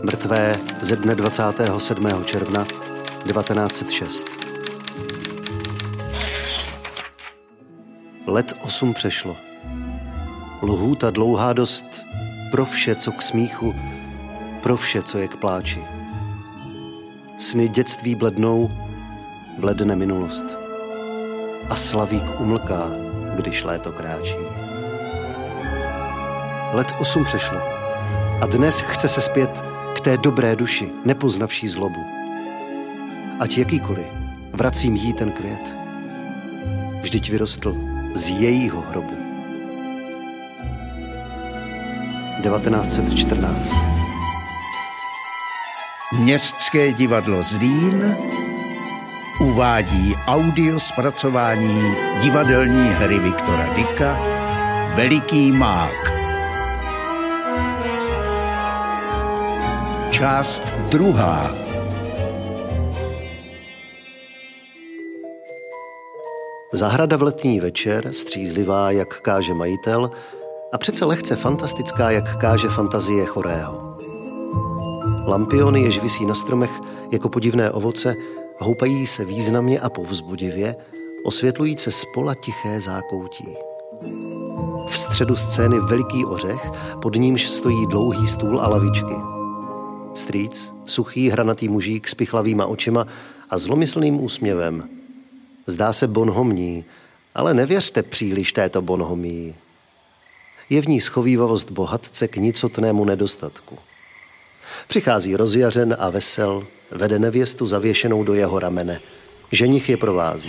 Mrtvé ze dne 27. června 1906. Let 8 přešlo. Lhůta dlouhá dost pro vše, co k smíchu, pro vše, co je k pláči. Sny dětství blednou, bledne minulost. A slavík umlká, když léto kráčí. Let 8 přešlo. A dnes chce se zpět k té dobré duši, nepoznavší zlobu. Ať jakýkoliv, vracím jí ten květ. Vždyť vyrostl z jejího hrobu. 1914. Městské divadlo Zlín uvádí audio zpracování divadelní hry Viktora Dyka Veliký mák. Část 2. Zahrada v letní večer, střízlivá, jak káže majitel, a přece lehce fantastická, jak káže fantazie chorého. Lampiony, jež visí na stromech jako podivné ovoce, houpají se významně a povzbudivě, osvětlujíce spola tiché zákoutí. V středu scény veliký ořech, pod nímž stojí dlouhý stůl a lavičky. Strýc, suchý hranatý mužík s pichlavýma očima a zlomyslným úsměvem. Zdá se bonhomní, ale nevěřte příliš této bonhomii. Je v ní schovívavost bohatce k nicotnému nedostatku. Přichází rozjařen a vesel, vede nevěstu zavěšenou do jeho ramene. Ženich je provází.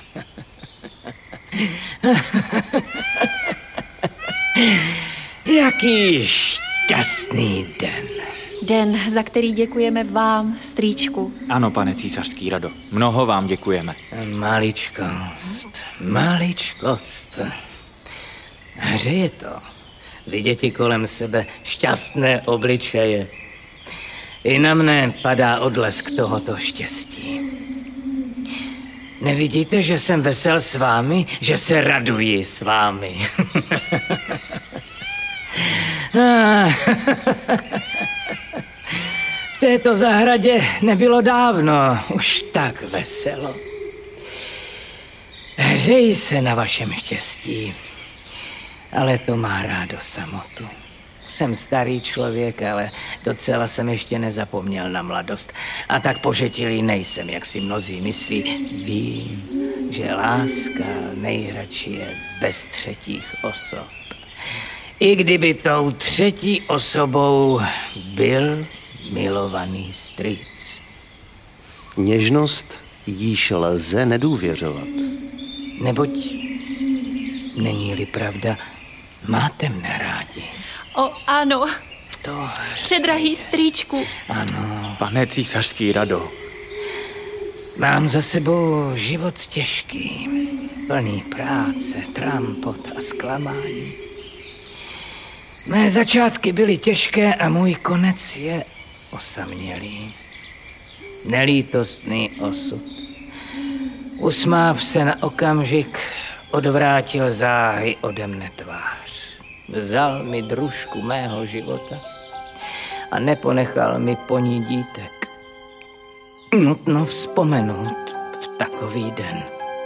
Jaký šťastný den. Den, za který děkujeme vám, strýčku. Ano, pane císařský rado, mnoho vám děkujeme. Maličkost. Hřeje to. Vidět kolem sebe šťastné obličeje. I na mne padá odlesk tohoto štěstí. Nevidíte, že jsem vesel s vámi, že se raduji s vámi? V této zahradě nebylo dávno už tak veselo. Hřeji se na vašem štěstí, ale to má rádo samotu. Jsem starý člověk, ale docela jsem ještě nezapomněl na mladost. A tak požetilý nejsem, jak si mnozí myslí. Vím, že láska nejradši je bez třetích osob. I kdyby tou třetí osobou byl milovaný strýc. Něžnost jíž lze nedůvěřovat. Neboť není-li pravda, máte mne rádi. O, ano. To... Předrahý strýčku. Ano. Pane císařský rado. Mám za sebou život těžký, plný práce, trampot a zklamání. Mé začátky byly těžké a můj konec je osamělý. Nelítostný osud. Usmáv se na okamžik, odvrátil záhy ode mne tvář. Vzal mi družku mého života a neponechal mi po ní dítek. Nutno vzpomenout v takový den.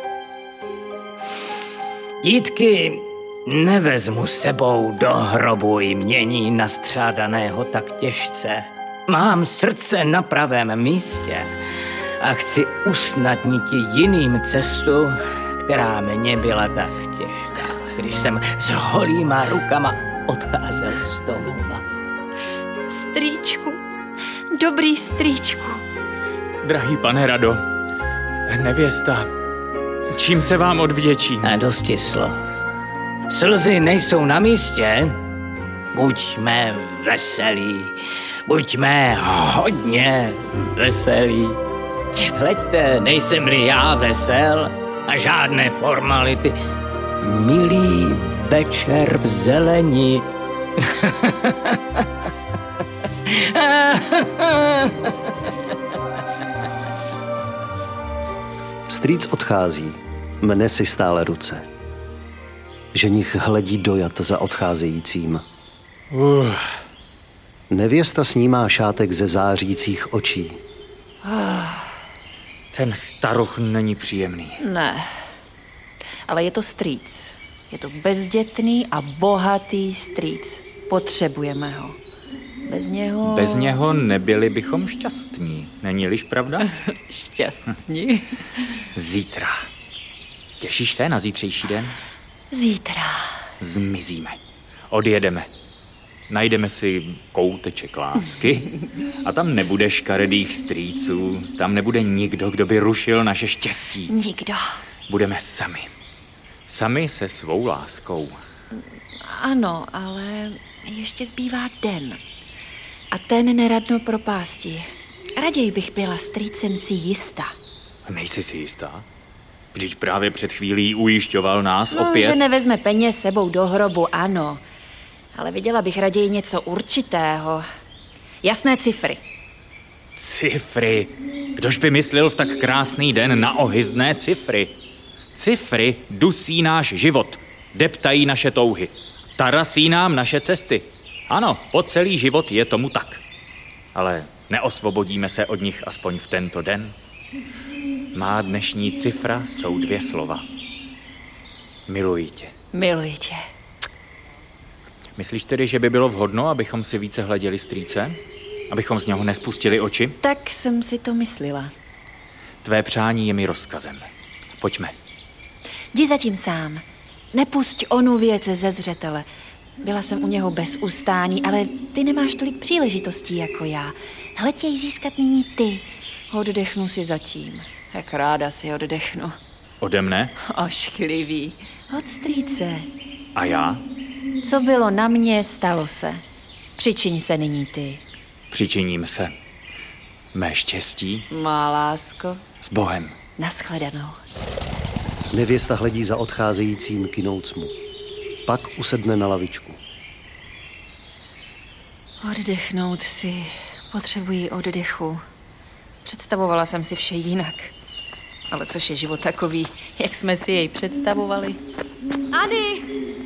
Dítky nevezmu sebou do hrobu jmění nastřádaného tak těžce. Mám srdce na pravém místě a chci usnadnit jiným cestu, která mě byla tak těžká, když jsem s holýma rukama odcházel z domova. Strýčku, dobrý strýčku. Drahý pane rado, nevěsta, čím se vám odvděčím? A dosti slov. Slzy nejsou na místě. Buďme veselí, buďme hodně veselí. Hleďte, nejsem-li já vesel a žádné formality. Milý večer v zeleni. Strýc odchází, mne si stále ruce. Ženich hledí dojat za odcházejícím. Nevěsta snímá šátek ze zářících očí. Ten staroch není příjemný. Ne, ale je to strýc. Je to bezdětný a bohatý strýc. Potřebujeme ho. Bez něho nebyli bychom šťastní. Není-liž pravda? Šťastní. Zítra. Těšíš se na zítřejší den? Zítra. Zmizíme. Odjedeme. Najdeme si kouteček lásky a tam nebude škaredých strýců, tam nebude nikdo, kdo by rušil naše štěstí. Nikdo. Budeme sami. Sami se svou láskou. Ano, ale ještě zbývá den. A ten neradno propástí. Raději bych byla strýcem si jistá. Nejsi si jistá? Vždyť právě před chvílí ujišťoval nás opět. Že nevezme peněz sebou do hrobu, ano. Ale viděla bych raději něco určitého. Jasné cifry. Cifry? Kdož by myslel v tak krásný den na ohyzdné cifry? Cifry dusí náš život, deptají naše touhy, tarasí nám naše cesty. Ano, po celý život je tomu tak. Ale neosvobodíme se od nich aspoň v tento den. Má dnešní cifra jsou 2 slova. Miluji tě. Miluji tě. Myslíš tedy, že by bylo vhodno, abychom si více hleděli strýce? Abychom z něho nespustili oči? Tak jsem si to myslela. Tvé přání je mi rozkazem. Pojďme. Jdi zatím sám. Nepusť onu věc ze zřetele. Byla jsem u něho bez ustání, ale ty nemáš tolik příležitostí jako já. Hleď jej získat nyní ty. Oddechnu si zatím. Jak ráda si oddechnu. Ode mne? Ošklivý. Od strýce. A já? Co bylo na mě, stalo se. Přičiň se nyní ty. Přičiním se. Mé štěstí? Má lásko. S Bohem. Naschledanou. Nevěsta hledí za odcházejícím k Jinoucmu. Pak usedne na lavičku. Oddechnout si. Potřebuji oddechu. Představovala jsem si vše jinak. Ale což je život takový, jak jsme si jej představovali. Ani!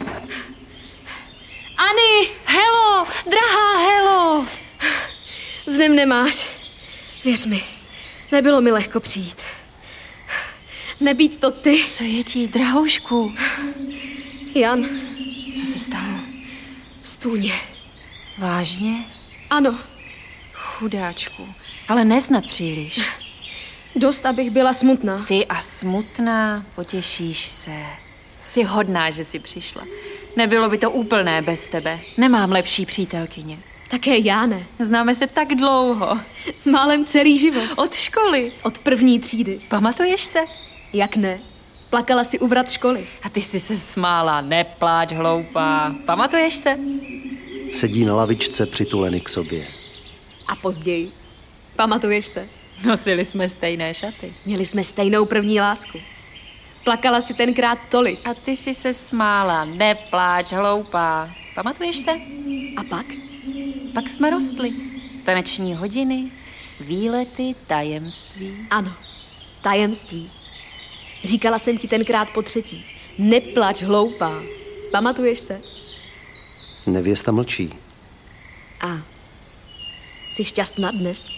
Ani! Helo! Drahá Helo! S ním nemáš. Věř mi, nebylo mi lehko přijít. Nebýt to ty. Co je ti, drahoušku? Jan. Co se stalo? Stůně. Vážně? Ano. Chudáčku. Ale nesnad příliš. Dost, abych byla smutná. Ty a smutná, potěšíš se. Jsi hodná, že jsi přišla. Nebylo by to úplné bez tebe. Nemám lepší přítelkyně. Také já ne. Známe se tak dlouho. Málem celý život. Od školy. Od 1. třídy. Pamatuješ se? Jak ne? Plakala si u vrat školy. A ty jsi se smála. Nepláč, hloupá. Pamatuješ se? Sedí na lavičce přitulený k sobě. A později. Pamatuješ se? Nosili jsme stejné šaty. Měli jsme stejnou první lásku. Plakala si tenkrát tolik. A ty jsi se smála. Nepláč, hloupá. Pamatuješ se? A pak? Pak jsme rostli. Taneční hodiny, výlety, tajemství. Ano, tajemství. Říkala jsem ti tenkrát po 3. Neplač, hloupá. Pamatuješ se? Nevěsta mlčí. A jsi šťastná dnes?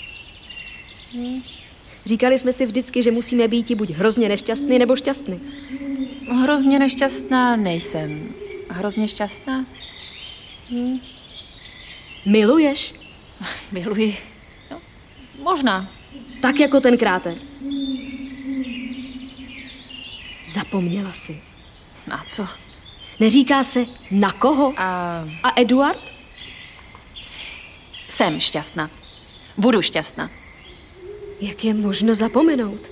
Říkali jsme si vždycky, že musíme být buď hrozně nešťastný, nebo šťastný. Hrozně nešťastná nejsem. Hrozně šťastná? Miluješ? Miluji. No, možná. Tak jako ten kráter. Zapomněla si. Na co? Neříká se na koho? A Eduard? Jsem šťastná. Budu šťastná. Jak je možno zapomenout?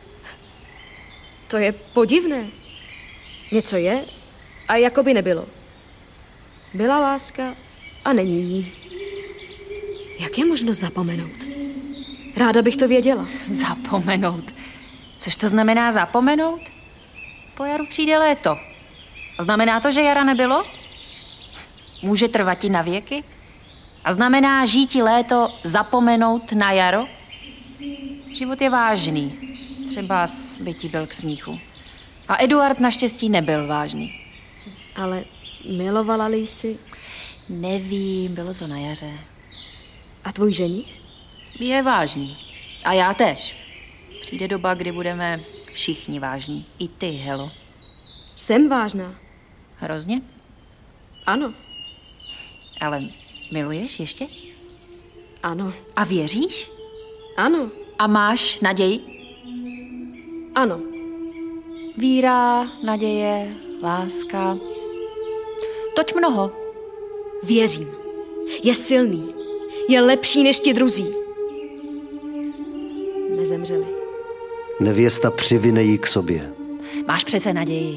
To je podivné. Něco je a jako by nebylo. Byla láska a není jí. Jak je možno zapomenout? Ráda bych to věděla. Zapomenout? Což to znamená zapomenout? Po jaru přijde léto. Znamená to, že jara nebylo? Může trvati na věky? A znamená žíti léto zapomenout na jaro? Život je vážný. Třeba by ti byl k smíchu. A Eduard naštěstí nebyl vážný. Ale milovala-li jsi? Nevím, bylo to na jaře. A tvůj ženich? Je vážný. A já též. Přijde doba, kdy budeme všichni vážní. I ty, Helo. Jsem vážná. Hrozně? Ano. Ale miluješ ještě? Ano. A věříš? Ano. A máš naději? Ano. Víra, naděje, láska. Toť mnoho. Věřím. Je silný. Je lepší než ti druzí. Nezemřeli. Nevěsta přivine ji k sobě. Máš přece naději.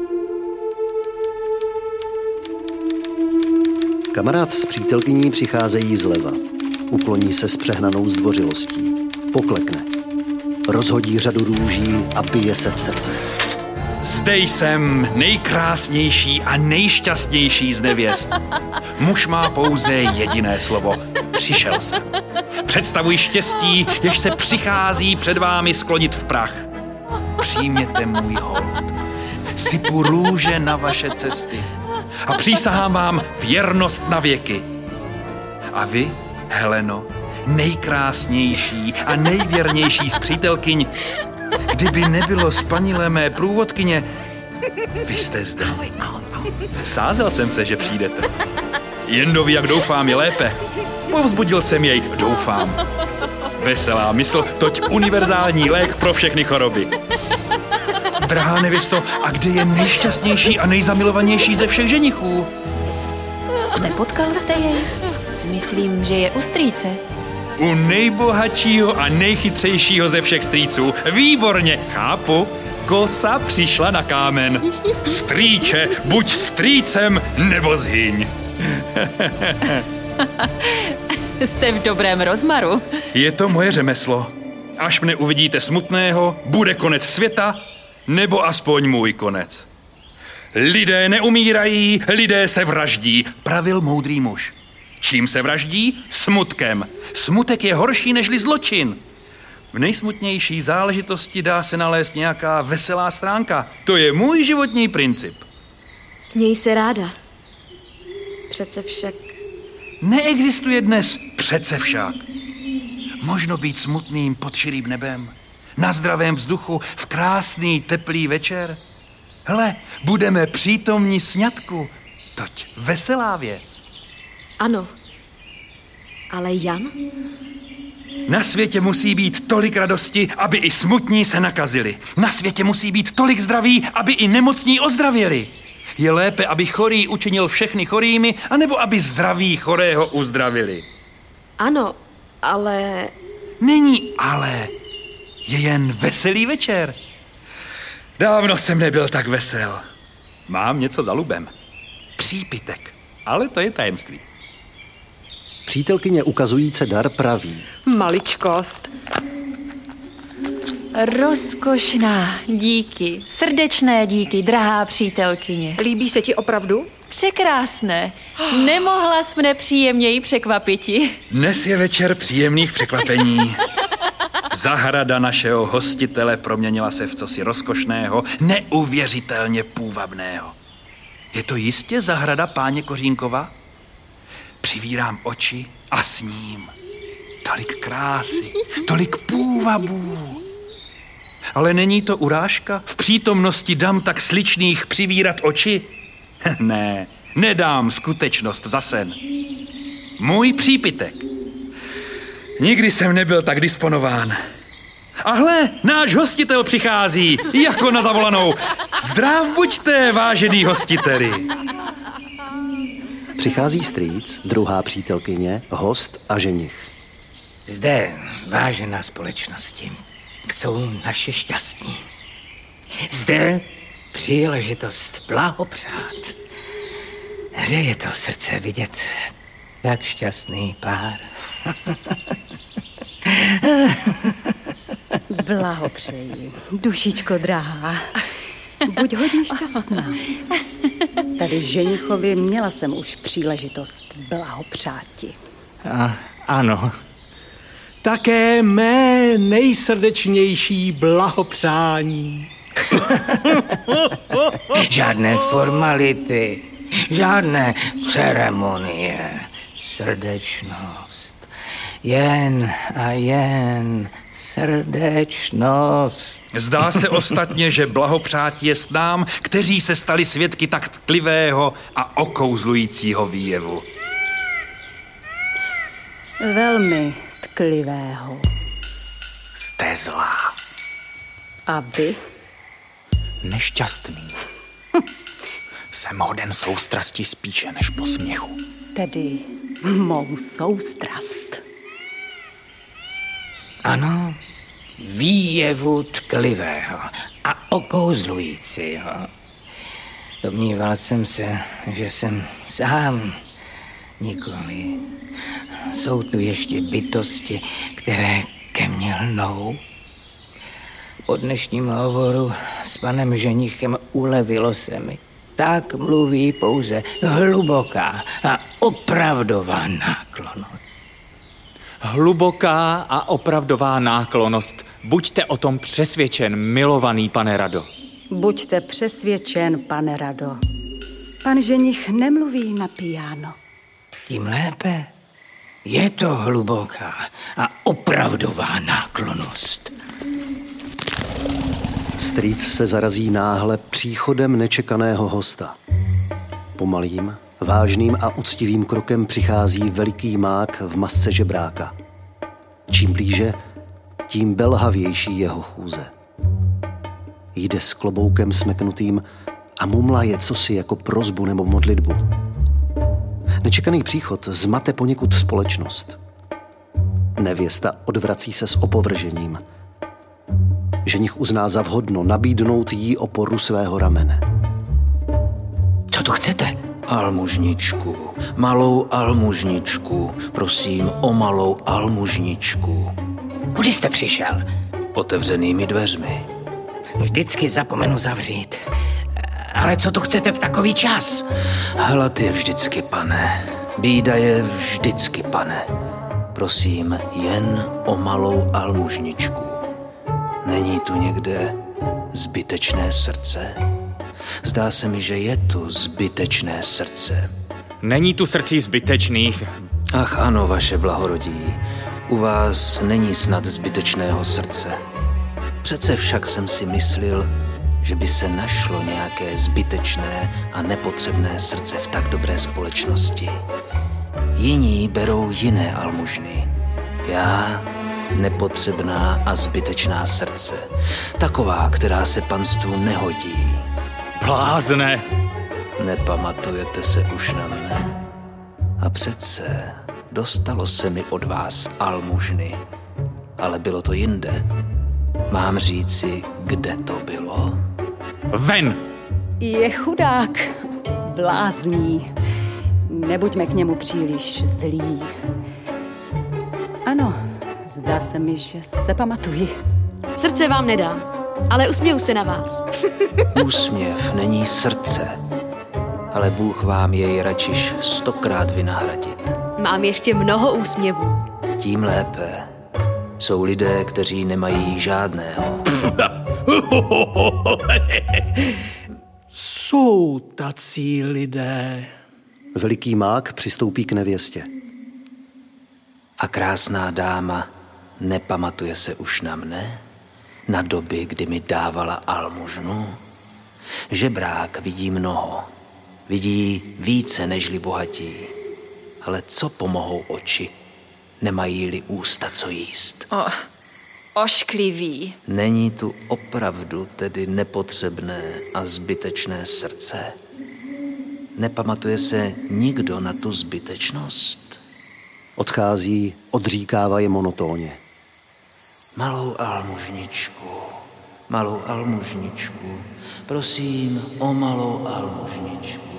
Kamarád s přítelkyní přicházejí zleva. Ukloní se s přehnanou zdvořilostí. Poklekne. Rozhodí řadu růží a bije se v srdce. Zde jsem nejkrásnější a nejšťastnější z nevěst. Muž má pouze jediné slovo. Přišel jsem. Představuji štěstí, jež se přichází před vámi sklonit v prach. Přijměte můj hold. Sypu růže na vaše cesty a přísahám vám věrnost na věky. A vy, Heleno, nejkrásnější a nejvěrnější z přítelkyň, kdyby nebylo spanilé mé průvodkyně, vy jste zde. Sázel jsem se, že přijdete. Jendovi, jak doufám, je lépe. Povzbudil jsem jej, doufám. Veselá mysl, toť univerzální lék pro všechny choroby. Drahá nevěsto, a kde je nejšťastnější a nejzamilovanější ze všech ženichů? Nepotkal jste jej? Myslím, že je u strýce. U nejbohatšího a nejchytřejšího ze všech strýců. Výborně, chápu. Kosa přišla na kámen. Strýče, buď strýcem nebo zhyň. Jste v dobrém rozmaru. Je to moje řemeslo. Až mne uvidíte smutného, bude konec světa, nebo aspoň můj konec. Lidé neumírají, lidé se vraždí, pravil moudrý muž. Čím se vraždí? Smutkem. Smutek je horší nežli zločin. V nejsmutnější záležitosti dá se nalézt nějaká veselá stránka. To je můj životní princip. Směj se ráda. Přece však... Neexistuje dnes přece však. Možno být smutným pod širým nebem, na zdravém vzduchu, v krásný teplý večer. Hle, budeme přítomní sňatku. Toť veselá věc. Ano. Ale Jan? Na světě musí být tolik radosti, aby i smutní se nakazili. Na světě musí být tolik zdraví, aby i nemocní ozdravěli. Je lépe, aby chorý učinil všechny chorými, anebo aby zdraví chorého uzdravili. Ano, ale... Není ale. Je jen veselý večer. Dávno jsem nebyl tak vesel. Mám něco za lubem. Přípitek. Ale to je tajemství. Přítelkyně ukazujíce dar praví. Maličkost. Rozkošná, díky. Srdečné díky, drahá přítelkyně. Líbí se ti opravdu? Překrásné. Nemohla jsi mne příjemněji překvapiti. Dnes je večer příjemných překvapení. Zahrada našeho hostitele proměnila se v cosi rozkošného, neuvěřitelně půvabného. Je to jistě zahrada páně Kořínkova? Přivírám oči a sním. Tolik krásy, tolik půvabů. Ale není to urážka v přítomnosti dam tak sličných přivírat oči? Ne, nedám skutečnost za sen. Můj přípitek. Nikdy jsem nebyl tak disponován. A hle, náš hostitel přichází, jako na zavolanou. Zdrav buďte, vážený hostiteli. Přichází strýc, druhá přítelkyně, host a ženich. Zde, vážená společnosti, jsou naši šťastní. Zde příležitost blahopřát. Hřeje to srdce vidět tak šťastný pár. Blahopřeji, dušičko drahá. Buď hodně šťastná. Tady ženichovi měla jsem už příležitost blahopřáti. Ano. Také mé nejsrdečnější blahopřání. Žádné formality, žádné ceremonie, srdečnost. jen a jen srdečnost. Zdá se ostatně, že blahopřátí jest nám, kteří se stali svědky tak tklivého a okouzlujícího výjevu. Velmi tklivého. Jste zlá. A vy? Nešťastný. Jsem hoden soustrasti spíše než posměchu. Tedy mou soustrast. Ano, výjevu tklivého a okouzlujícího. Domníval jsem se, že jsem sám. Nikoli. Jsou tu ještě bytosti, které ke mně lnou. Po dnešním hovoru s panem ženichem ulevilo se mi. Tak mluví pouze hluboká a opravdová náklonnost. Hluboká a opravdová náklonnost. Buďte o tom přesvědčen, milovaný pane Rado. Buďte přesvědčen, pane Rado. Pan ženich nemluví na piano. Tím lépe. Je to hluboká a opravdová náklonnost. Strýc se zarazí náhle příchodem nečekaného hosta. Pomalým, vážným a uctivým krokem přichází veliký mák v masce žebráka. Čím blíže, tím belhavější jeho chůze. Jde s kloboukem smeknutým a mumlaje cosi jako prosbu nebo modlitbu. Nečekaný příchod zmate poněkud společnost. Nevěsta odvrací se s opovržením. Ženich uzná za vhodno nabídnout jí oporu svého ramene. Co tu chcete? Almužničku, malou almužničku, prosím o malou almužničku. Kudy jste přišel? Otevřenými dveřmi. Vždycky zapomenu zavřít. Ale co tu chcete v takový čas? Hlad je vždycky, pane. Bída je vždycky, pane. Prosím, jen o malou almužničku. Není tu někde zbytečné srdce? Zdá se mi, že je tu zbytečné srdce. Není tu srdcí zbytečných. Ach ano, vaše blahorodí. U vás není snad zbytečného srdce. Přece však jsem si myslel, že by se našlo nějaké zbytečné a nepotřebné srdce v tak dobré společnosti. Jiní berou jiné almužny. Já nepotřebná a zbytečná srdce. Taková, která se panstvu nehodí. Blázne! Nepamatujete se už na mne? A přece dostalo se mi od vás almužny. Ale bylo to jinde. Mám říci, kde to bylo? Ven! Je chudák, blázní. Nebuďme k němu příliš zlí. Ano, zdá se mi, že se pamatuji. Srdce vám nedám, ale usměju se na vás. Úsměv není srdce, ale Bůh vám jej račiš 100krát vynahradit. Mám ještě mnoho úsměvů. Tím lépe. Jsou lidé, kteří nemají žádného. Jsou tací lidé. Veliký mák přistoupí k nevěstě. A krásná dáma nepamatuje se už na mne? Na doby, kdy mi dávala almužnu? Žebrák vidí mnoho. Vidí více nežli bohatí. Ale co pomohou oči? Nemají-li ústa co jíst? Ošklivý. Není tu opravdu tedy nepotřebné a zbytečné srdce? Nepamatuje se nikdo na tu zbytečnost? Odchází, odříkává je monotónně. Malou almužničku, prosím o malou almužničku.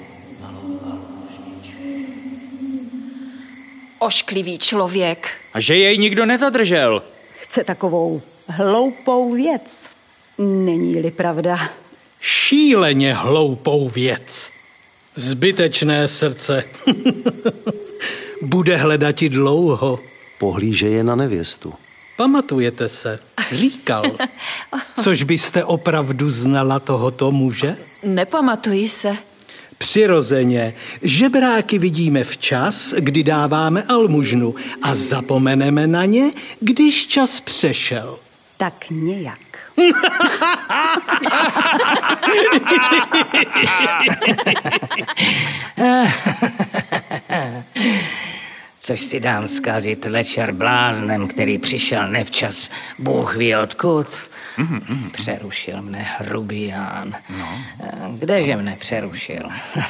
Ošklivý člověk. A že jej nikdo nezadržel. Chce takovou hloupou věc. Není-li pravda? Šíleně hloupou věc. Zbytečné srdce. Bude hledati dlouho. Pohlíže je na nevěstu. Pamatujete se? Říkal. Což byste opravdu znala tohoto muže? Nepamatuji se. Přirozeně, žebráky vidíme včas, kdy dáváme almužnu a zapomeneme na ně, když čas přešel. Tak nějak. Což si dám zkazit večer bláznem, který přišel nevčas, Bůh ví odkud. Přerušil mne hrubián. Kdeže mne přerušil?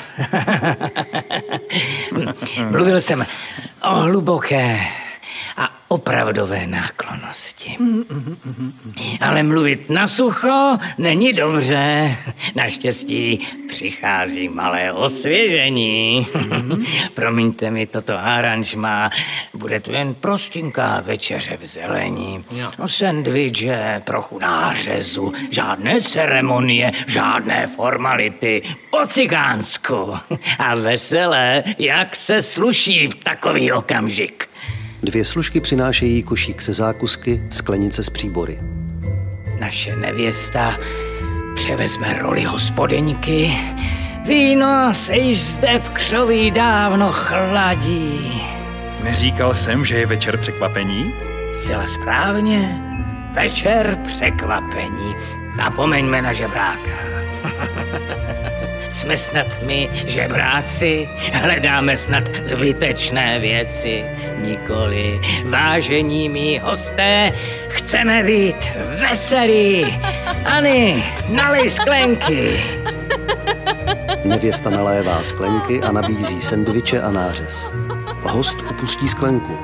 Mluvil jsem o hluboké a opravdové náklonnosti. Ale mluvit na sucho není dobře. Naštěstí přichází malé osvěžení. Promiňte mi toto aranžma. Bude to jen prostinká večeře v zelení. Sendviče, trochu nářezu, žádné ceremonie, žádné formality. Po cikánsku. A veselé, jak se sluší v takový okamžik. 2 služky přinášejí košík se zákusky, sklenice s příbory. Naše nevěsta převezme roli hospodyňky. Víno se již zde v křoví dávno chladí. Neříkal jsem, že je večer překvapení? Zcela správně. Večer překvapení. Zapomeňme na žebráka. Jsme snad my, žebráci, hledáme snad zbytečné věci. Nikoli, vážení mí hosté, chceme být veselí. Ani, nalej sklenky. Nevěsta nalévá sklenky a nabízí sendviče a nářez. Host upustí sklenku.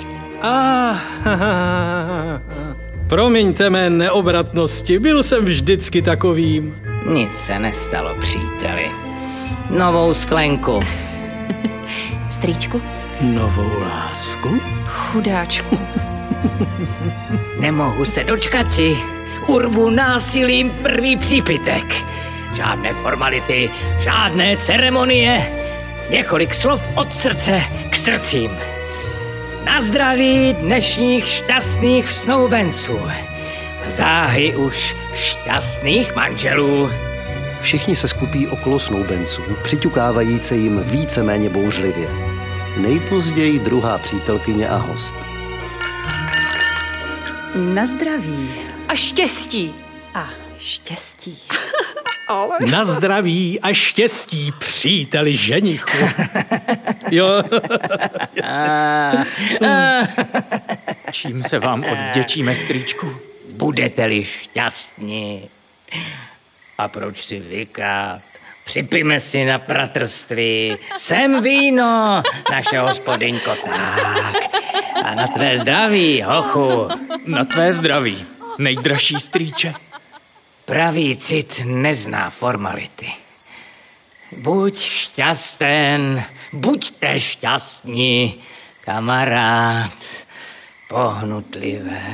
Promiňte mé neobratnosti, byl jsem vždycky takovým. Nic se nestalo, příteli. Novou sklenku. Strýčku? Novou lásku? Chudáčku. Nemohu se dočkati. Urvu násilím první přípitek. Žádné formality, žádné ceremonie. Několik slov od srdce k srdcím. Na zdraví dnešních šťastných snoubenců. Záhy už šťastných manželů. Všichni se skupí okolo snoubenců, přiťukávajíce jim víceméně bouřlivě. Nejpozději druhá přítelkyně a host. Na zdraví. A štěstí. A štěstí. Na zdraví a štěstí, příteli ženichu. Jo. Čím se vám odvděčíme, strýčku? Budete-li šťastní. A proč si vykát? Připijme si na bratrství. Sem víno, naše hospodyňko, tak. A na tvé zdraví, hochu. Na tvé zdraví, nejdražší strýče. Pravý cit nezná formality. Buď šťasten, buďte šťastní, kamarád, pohnutlivé.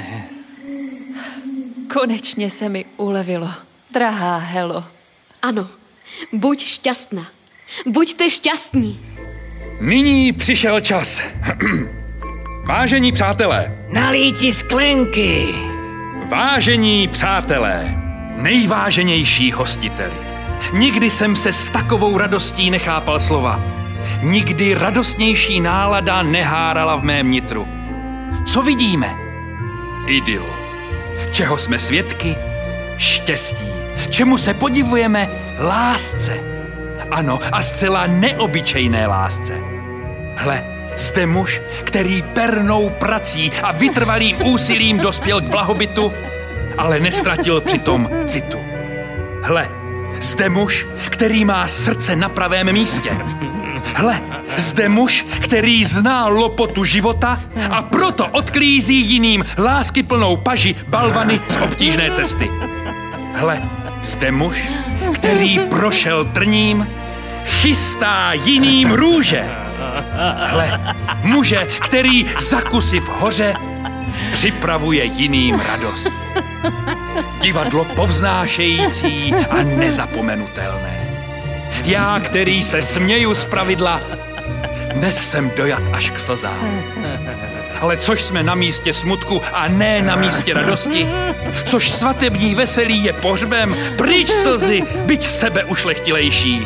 Konečně se mi ulevilo, drahá Helo. Ano, buď šťastná. Buďte šťastní. Nyní přišel čas. Vážení přátelé. Nalíti sklenky. Vážení přátelé, nejváženější hostiteli. Nikdy jsem se s takovou radostí nechápal slova. Nikdy radostnější nálada nehárala v mém nitru. Co vidíme? Idylu. Čeho jsme svědky? Štěstí. Čemu se podivujeme? Lásce. Ano, a zcela neobyčejné lásce. Hle, jste muž, který pernou prací a vytrvalým úsilím dospěl k blahobytu, ale nestratil přitom citu. Hle, zde muž, který má srdce na pravém místě. Hle, zde muž, který zná lopotu života a proto odklízí jiným láskyplnou paži balvany z obtížné cesty. Hle, zde muž, který prošel trním, chystá jiným růže. Hle, muže, který zakusy v hoře připravuje jiným radost. Divadlo povznášející a nezapomenutelné. Já, který se směju zpravidla, dnes jsem dojat až k slzám. Ale což jsme na místě smutku a ne na místě radosti, což svatební veselí je pohřbem, pryč slzy, byť sebe ušlechtilejší.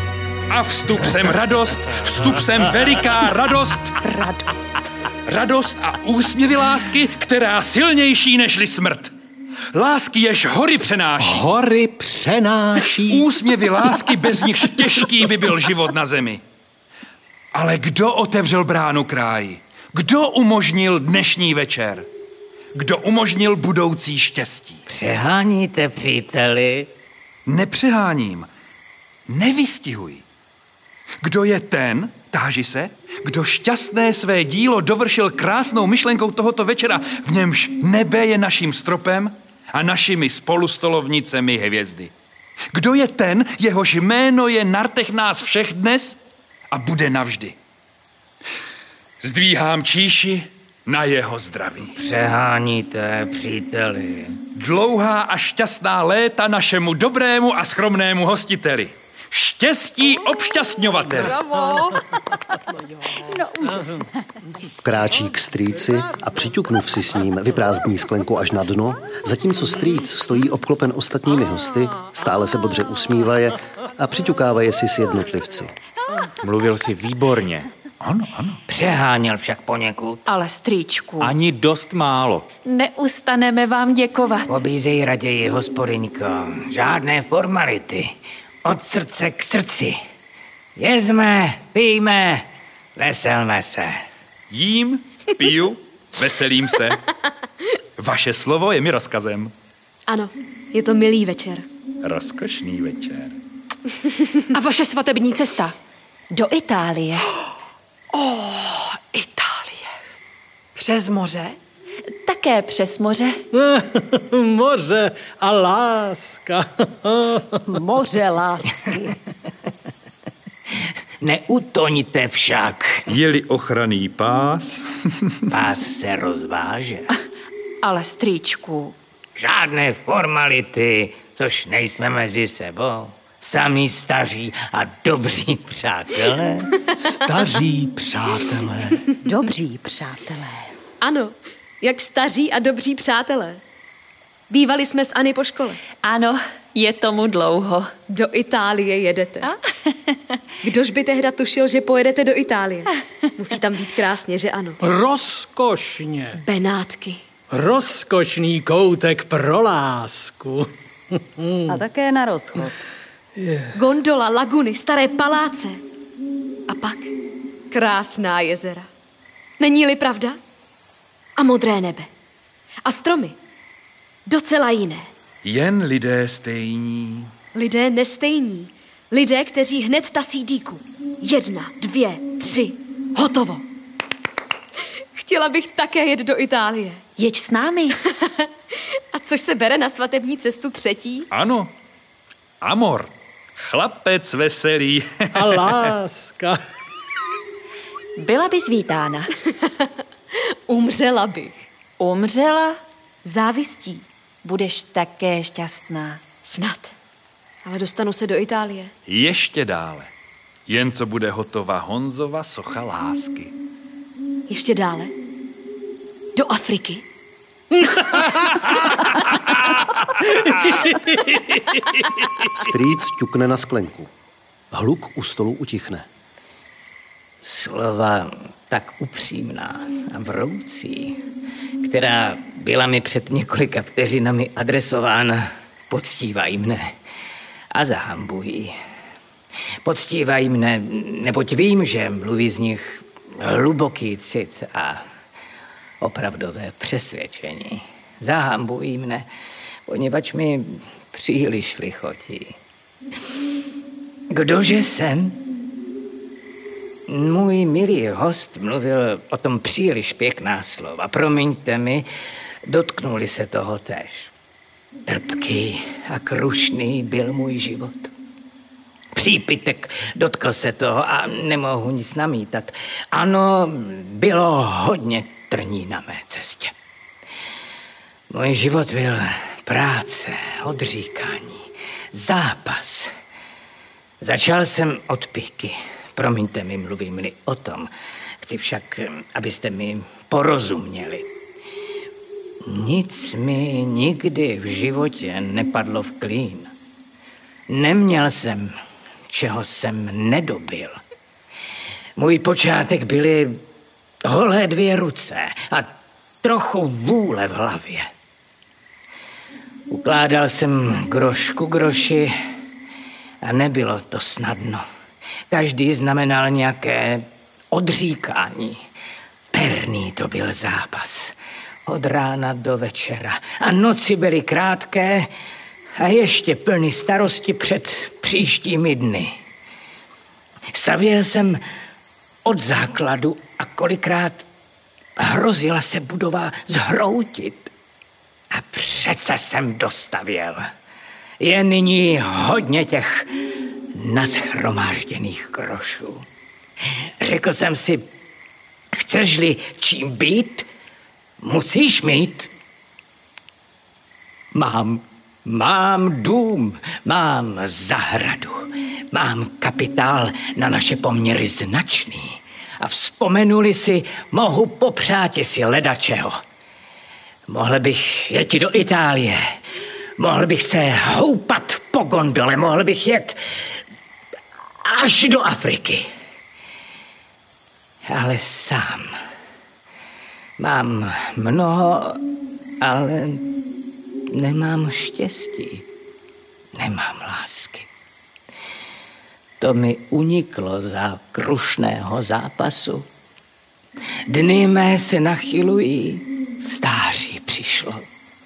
A vstup sem radost, vstup sem veliká radost. Radost a úsměvy lásky, která silnější nežli smrt. Lásky, jež hory přenáší. Hory přenáší. Úsměvy lásky, bez nichž těžký by byl život na zemi. Ale kdo otevřel bránu k ráji? Kdo umožnil dnešní večer? Kdo umožnil budoucí štěstí? Přeháníte, příteli? Nepřeháním. Nevystihuj. Kdo je ten, táži se, kdo šťastné své dílo dovršil krásnou myšlenkou tohoto večera, v němž nebe je naším stropem a našimi spolustolovnicemi hvězdy? Kdo je ten, jehož jméno je na rtech nás všech dnes a bude navždy? Zdvíhám číši na jeho zdraví. Přeháníte, příteli. Dlouhá a šťastná léta našemu dobrému a skromnému hostiteli. Štěstí obšťastňovateli. Bravo. No, úžasné. Kráčí k strýci a přiťuknuv si s ním vyprázdní sklenku až na dno, zatímco strýc stojí obklopen ostatními hosty, stále se bodře usmívaje a přiťukávaje si s jednotlivci. Mluvil si výborně. Ano, ano. Přeháněl však poněkud. Ale strýčku, Ani dost málo. neustaneme vám děkovat. Pobízej raději, hospodyňko. Žádné formality. Od srdce k srdci. Jezme, pijme, veselme se. Jím, piju, veselím se. Vaše slovo je mi rozkazem. Ano, je to milý večer. Rozkošný večer. A vaše svatební cesta? Do Itálie. Itálie. Přes moře? Také přes moře. Moře a láska. Moře lásky. Neutoňte však. Je-li ochranný pás? Pás se rozváže. Ale strýčku, Žádné formality, což nejsme mezi sebou. Sami staří a dobří přátelé. Staří přátelé. Dobří přátelé. Ano, jak staří a dobří přátelé. Bývali jsme s Anny po škole. ano, je tomu dlouho. Do Itálie jedete. Kdož by tehda tušil, že pojedete do Itálie? Musí tam být krásně, že ano? Rozkošně. Benátky. Rozkošný koutek pro lásku. A také na rozchod. Gondola, laguny, staré paláce. A pak krásná jezera. Není-li pravda? A modré nebe. A stromy. Docela jiné. Jen lidé stejní. Lidé nestejní. Lidé, kteří hned tasí dýku. 1, 2, 3. Hotovo. Chtěla bych také jet do Itálie. Jeď s námi. A což se bere na svatební cestu 3? Ano. Amor. Chlapec veselý. A láska. Byla bys vítána. Umřela bych. Umřela? Závistí. Budeš také šťastná. Snad. Ale dostanu se do Itálie. Ještě dále. Jen co bude hotova Honzova socha lásky. Ještě dále. Do Afriky. Strýc ťukne na sklenku. Hluk u stolu utichne. Slova tak upřímná a vroucí, která byla mi před několika vteřinami adresována, poctívají mne a zahambují. Poctívají mne, neboť vím, že mluví z nich hluboký cit a opravdové přesvědčení. Zahambují mne, poněvadž mi příliš lichotí. Kdože jsem? Můj milý host mluvil o tom příliš pěkná slova. Promiňte mi, dotknuli se toho též. Trpký a krušný byl můj život. Přípitek dotkl se toho a nemohu nic namítat. Ano, bylo hodně trní na mé cestě. Můj život byl práce, odříkání, zápas. Začal jsem od píky. Promiňte mi, mluvím-li o tom. Chci však, abyste mi porozuměli. Nic mi nikdy v životě nepadlo v klín. Neměl jsem čeho jsem nedobil. Můj počátek byly holé 2 ruce a trochu vůle v hlavě. Ukládal jsem groš ku groši a nebylo to snadno. Každý znamenal nějaké odříkání. Perný to byl zápas. Od rána do večera. A noci byly krátké a ještě plný starosti před příštími dny. Stavěl jsem od základu a kolikrát hrozila se budova zhroutit. A přece jsem dostavěl. Je nyní hodně těch nashromážděných grošů. Řekl jsem si, chceš-li čím být, musíš mít. Mám dům, mám zahradu, mám kapitál na naše poměry značný a vzpomenuli si, mohu popřáti si ledačeho. Mohl bych jet do Itálie, mohl bych se houpat po gondole, mohl bych jet až do Afriky. Ale sám. Mám mnoho, ale nemám štěstí. Nemám lásky. To mi uniklo za krušného zápasu. Dny mé se nachylují, stáří přišlo.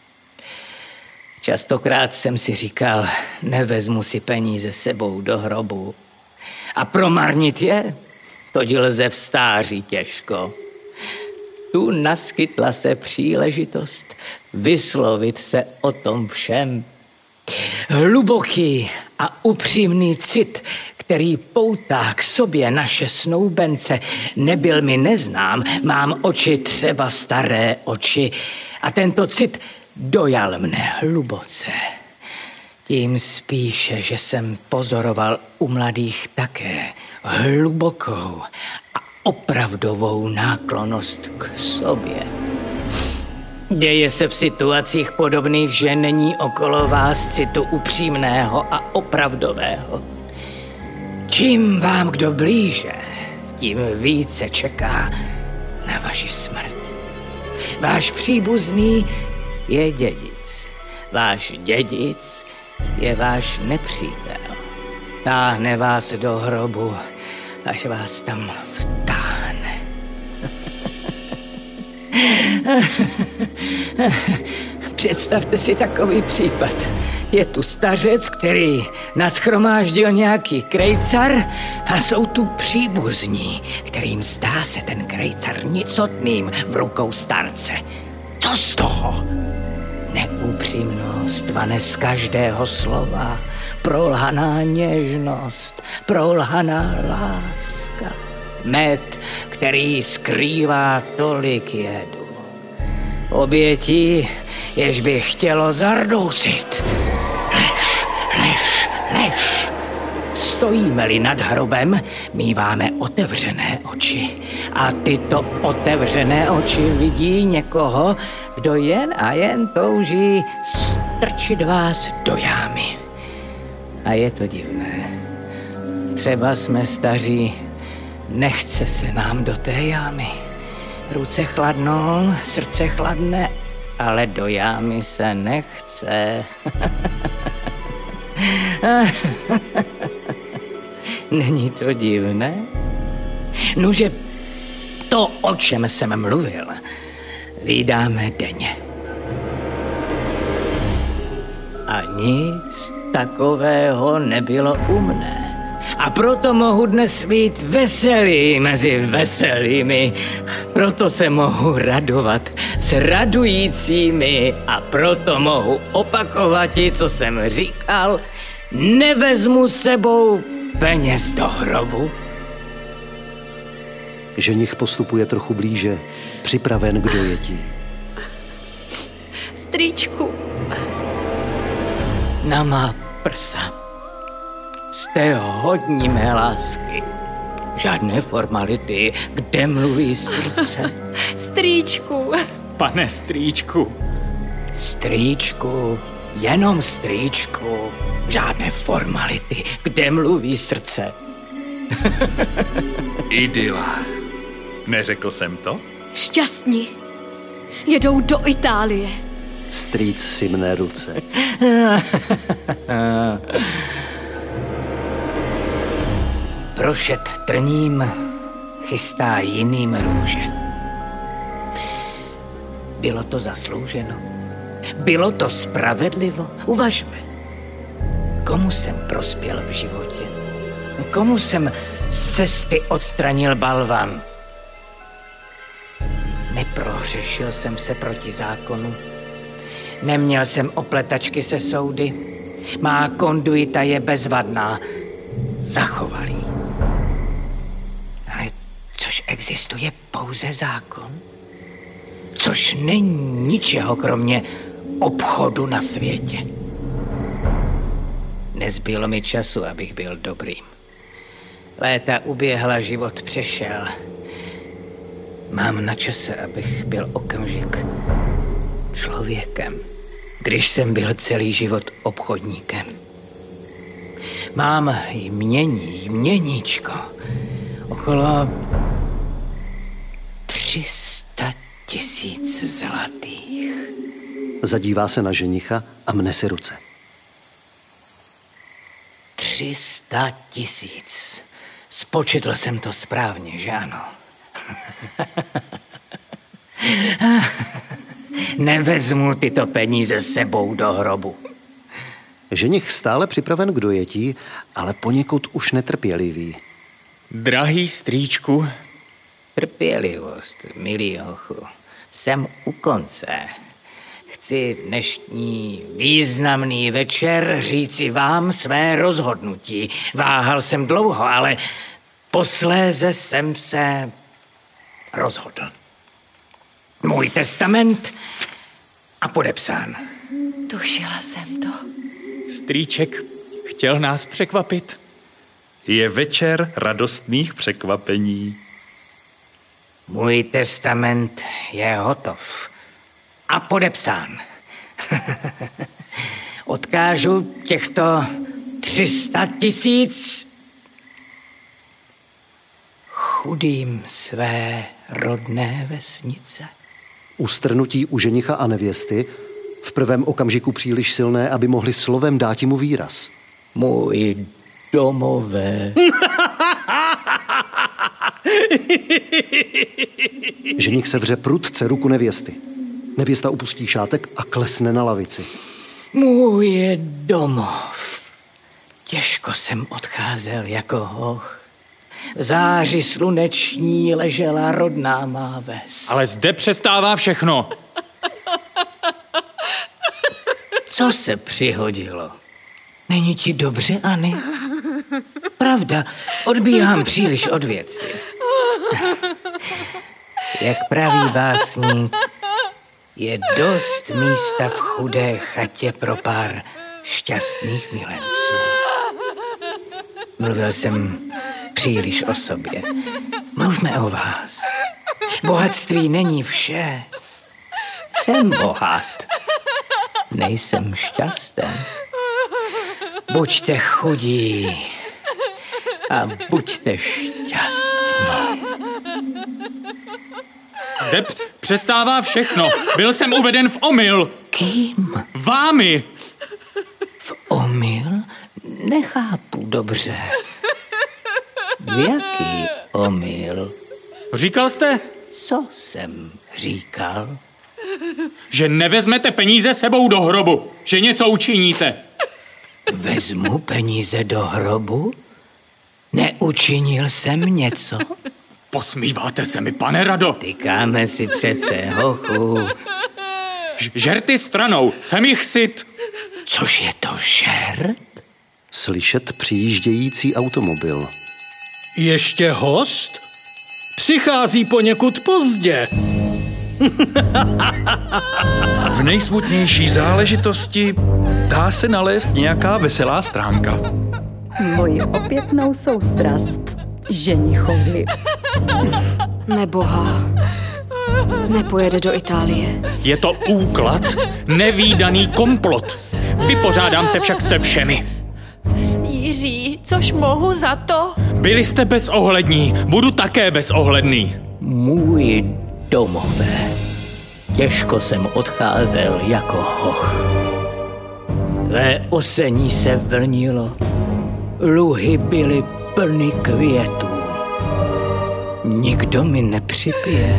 Častokrát jsem si říkal, nevezmu si peníze sebou do hrobu. A promarnit je, to lze v stáří těžko. Tu naskytla se příležitost vyslovit se o tom všem. Hluboký a upřímný cit, který poutá k sobě naše snoubence, nebyl mi neznám. Mám oči třeba staré oči a tento cit dojal mne hluboce. Tím spíše, že jsem pozoroval u mladých také hlubokou a opravdovou náklonnost k sobě. Děje se v situacích podobných, že není okolo vás citu upřímného a opravdového. Čím vám kdo blíže, tím více čeká na vaši smrt. Váš příbuzný je dědic. Váš dědic je váš nepřítel. Táhne vás do hrobu, až vás tam vtáhne. Představte si takový případ. Je tu stařec, který nashromáždil nějaký krejcar a jsou tu příbuzní, kterým zdá se ten krejcar nicotným v rukou starce. Co z toho? Neupřímnost vane z každého slova, prolhaná něžnost, prolhaná láska. Med, který skrývá tolik jedu. Obětí, jež by chtělo zardousit. Lež. Stojíme-li nad hrobem, míváme otevřené oči. A tyto otevřené oči vidí někoho, kdo jen a jen touží strčit vás do jámy. A je to divné. Třeba jsme staří, nechce se nám do té jámy. Ruce chladnou, srdce chladne, ale do jámy se nechce. Není to divné? Nuže to, o čem jsem mluvil, vídáme denně. A nic takového nebylo u mne. A proto mohu dnes být veselý mezi veselými. Proto se mohu radovat s radujícími a proto mohu opakovat, co jsem říkal. Nevezmu sebou peněz do hrobu. Ženich postupuje trochu blíže, připraven k dojetí. Strýčku. Na má prsa. Jste hodní mé lásky. Žádné formality, kde mluví srdce. Strýčku. Pane strýčku. Strýčku, Jenom strýčku, žádné formality, kde mluví srdce. Idyla. Neřekl jsem to? Šťastní. Jedou do Itálie. Strýc si mne ruce. Prošet trním chystá jiným růže. Bylo to zaslouženo? Bylo to spravedlivo? Uvažme. Komu jsem prospěl v životě? Komu jsem z cesty odstranil balvan? Neprohřešil jsem se proti zákonu. Neměl jsem opletačky se soudy. Má konduita je bezvadná. Zachovalý. Ale což existuje pouze zákon? Což není ničeho kromě obchodu na světě. Nezbylo mi času, abych byl dobrým. Léta uběhla, život přešel. Mám na čase, abych byl okamžik člověkem, když jsem byl celý život obchodníkem. Mám jměníčko, okolo 300 000 zlatých. Zadívá se na ženicha a mne si ruce. 300 000. Spočetl jsem to správně, že ano? Nevezmu tyto peníze s sebou do hrobu. Ženich stále připraven k dojetí, ale poněkud už netrpělivý. Drahý strýčku. Trpělivost, milý hochu. Jsem u konce. Chci dnešní významný večer říci vám své rozhodnutí. Váhal jsem dlouho, ale posléze jsem se rozhodl. Můj testament a podepsán. Tušila jsem to. Strýček chtěl nás překvapit. Je večer radostných překvapení. Můj testament je hotov a podepsán. Odkážu těchto 300 000 chudým své rodné vesnice. Ustrnutí u ženicha a nevěsty, v prvém okamžiku příliš silné, aby mohli slovem dáti mu výraz. Můj domové. Ženich se vře prudce ruku nevěsty. Nevěsta upustí šátek a klesne na lavici. Můj domov. Těžko jsem odcházel jako hoch. V záři sluneční ležela rodná má ves. Ale zde přestává všechno. Co se přihodilo? Není ti dobře, Ani? Pravda, odbíhám příliš od věci. Jak praví básník, je dost místa v chudé chatě pro pár šťastných milenců. Mluvil jsem příliš o sobě. Mluvme o vás. Bohatství není vše. Jsem bohat. Nejsem šťasten. Buďte chudí a buďte šťastní. Zde přestává všechno. Byl jsem uveden v omyl. Kým? Vámi. V omyl? Nechápu dobře. V jaký omyl? Říkal jste? Co jsem říkal? Že nevezmete peníze sebou do hrobu. Že něco učiníte. Vezmu peníze do hrobu? Neučinil jsem něco? Posmíváte se mi, pane Rado. Tykáme si přece, hochu. Žerty stranou, jsem jich syt. Což je to žert? Slyšet přijíždějící automobil. Ještě host? Přichází poněkud pozdě. V nejsmutnější záležitosti dá se nalézt nějaká veselá stránka. Moji opětnou soustrast ženichovi. Neboha. Nepojede do Itálie. Je to úklad, nevídaný komplot. Vypořádám se však se všemi. Jiří, což mohu za to? Byli jste bezohlední, budu také bezohledný. Můj domové, těžko jsem odcházel jako hoch. Tvé osení se vlnilo, luhy byly plny květů. Nikdo mi nepřipije.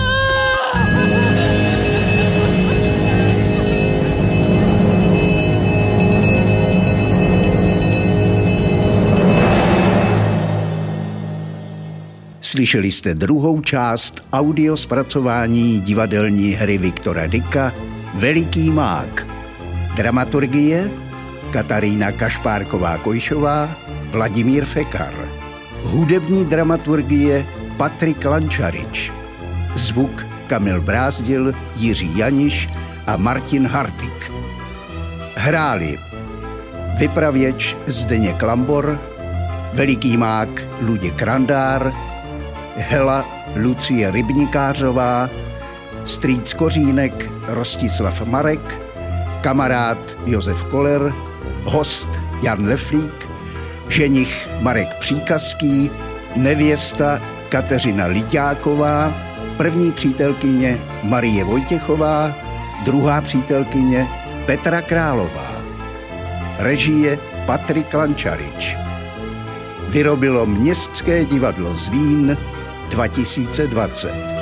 Slyšeli jste druhou část audiozpracování divadelní hry Viktora Dyka Veliký mák. Dramaturgie Katarína Kašpárková-Kojšová, Vladimír Fekar. Hudební dramaturgie Patrik Lančarič. Zvuk Kamil Brázdil, Jiří Janiš a Martin Hartig. Hráli vypravěč Zdeněk Lambor, Veliký mák Luděk Randár, Hela Lucie Rybnikářová, strýc Kořínek Rostislav Marek, kamarád Josef Koller, host Jan Leflík, ženich Marek Příkazský, nevěsta Kateřina Liďáková, první přítelkyně Marie Vojtěchová, druhá přítelkyně Petra Králová. Režie Patrik Lančarič. Vyrobilo Městské divadlo Zlín 2020.